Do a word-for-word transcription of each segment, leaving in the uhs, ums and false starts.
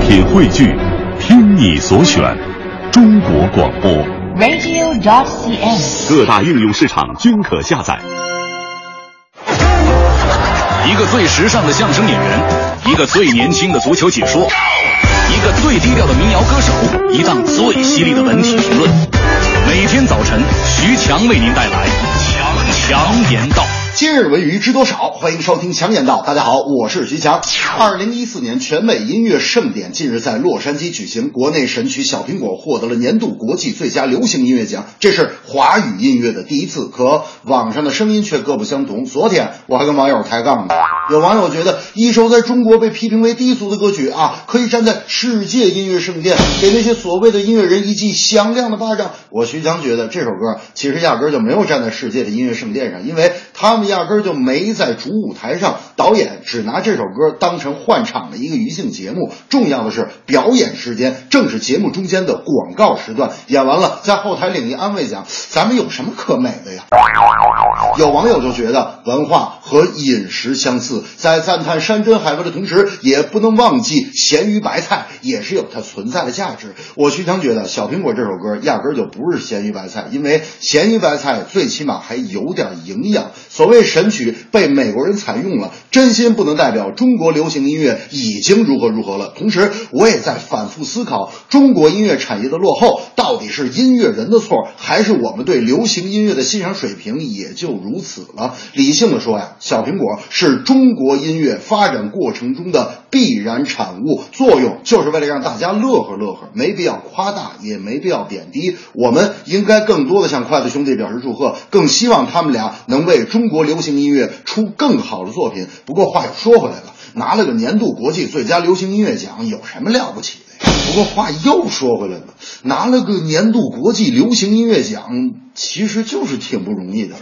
品汇聚，听你所选，中国广播 radio dot c n， 各大应用市场均可下载。 一个最时尚的相声演员，一个最年轻的足球解说，一个最低调的民谣歌手，一档最犀利的文体评论。每天早晨，徐强为您带来强强言道。 今日文娱知多少？欢迎收听强言道。大家好，我是徐强。二零一四年全美音乐盛典近日在洛杉矶举行，国内神曲小苹果获得了年度国际最佳流行音乐奖，这是华语音乐的第一次。可网上的声音却各不相同。昨天我还跟网友抬杠呢，有网友觉得一首在中国被批评为低俗的歌曲啊，可以站在世界音乐盛殿给那些所谓的音乐人一记响亮的巴掌。我徐强觉得这首歌其实压根儿就没有站在世界的音乐盛殿上，因为他们压根儿就没在主舞台上，导演只拿这首歌当成换场的一个娱乐节目。重要的是表演时间正是节目中间的广告时段，演完了在后台领一安慰奖，咱们有什么可美的呀？有网友就觉得文化和饮食相似，在赞叹山珍海味的同时，也不能忘记咸鱼白菜也是有它存在的价值。我徐强觉得小苹果这首歌压根儿就不是咸鱼白菜，因为咸鱼白菜最起码还有点营养。所谓神曲被美国人采用了，真心不能代表中国流行音乐已经如何如何了。同时我也在反复思考，中国音乐产业的落后到底是音乐人的错，还是我们对流行音乐的欣赏水平也就如此了。理性的说呀，小苹果是中国音乐发展过程中的必然产物，作用就是为了让大家乐呵乐呵，没必要夸大，也没必要贬低。我们应该更多的向筷子兄弟表示祝贺，更希望他们俩能为中国流行音乐出更好的作品。不过话又说回来了，拿了个年度国际最佳流行音乐奖有什么了不起的呀？不过话又说回来了，拿了个年度国际流行音乐奖其实就是挺不容易的。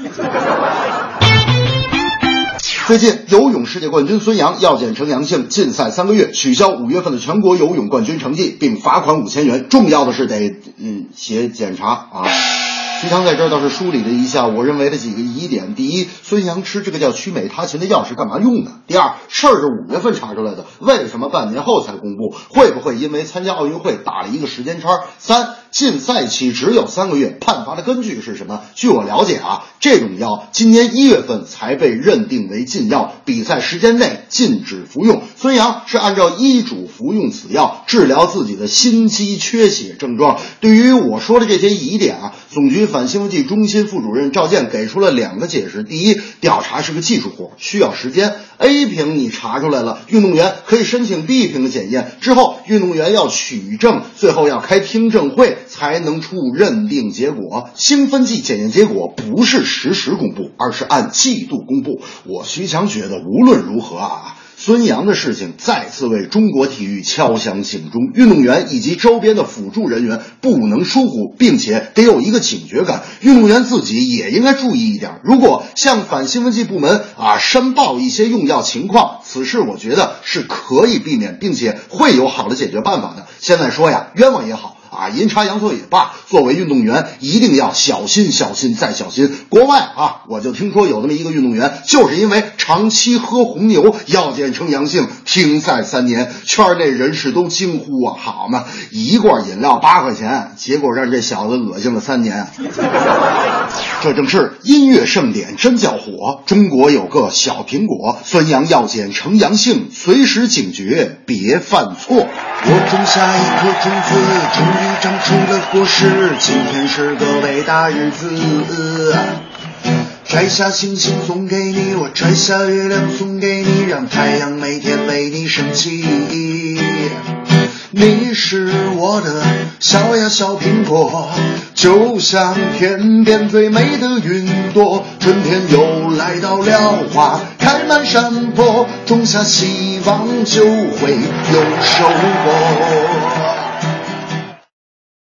最近游泳世界冠军孙杨药检呈阳性，禁赛三个月，取消五月份的全国游泳冠军成绩，并罚款五千元。重要的是得嗯写检查啊。徐强在这儿倒是梳理了一下我认为的几个疑点。第一，孙杨吃这个叫曲美他嗪的药是干嘛用的？第二，事儿是五月份查出来的，为什么半年后才公布？会不会因为参加奥运会打了一个时间差？三，禁赛期只有三个月，判罚的根据是什么？据我了解啊，这种药今年一月份才被认定为禁药，比赛时间内禁止服用。孙杨是按照医嘱服用此药，治疗自己的心肌缺血症状。对于我说的这些疑点啊，总局反兴奋剂中心副主任赵健给出了两个解释。第一，调查是个技术活，需要时间。A 评你查出来了，运动员可以申请 B 评的检验，之后运动员要取证，最后要开听证会才能出认定结果。兴奋剂检验结果不是实时公布，而是按季度公布。我徐强觉得无论如何啊，孙杨的事情再次为中国体育敲响警钟，运动员以及周边的辅助人员不能疏忽，并且得有一个警觉感，运动员自己也应该注意一点。如果向反兴奋剂部门啊申报一些用药情况，此事我觉得是可以避免，并且会有好的解决办法的。现在说呀，冤枉也好啊，阴差阳错也罢，作为运动员一定要小心小心再小心。国外啊，我就听说有这么一个运动员，就是因为长期喝红牛，药检呈阳性，停赛三年，圈内人士都惊呼啊，好嘛，一罐饮料八块钱，结果让这小子恶心了三年。这正是音乐盛典真叫火，中国有个小苹果，孙杨药检呈阳性，随时警觉，别犯错。 我种下一颗种子，终于长出了果实，今天是个伟大日子。摘下星星送给你，我摘下月亮送给你，让太阳每天为你升起。你是我的小呀小苹果，就像天边最美的云朵，春天又来到了，花开满山坡，种下希望就会有收获。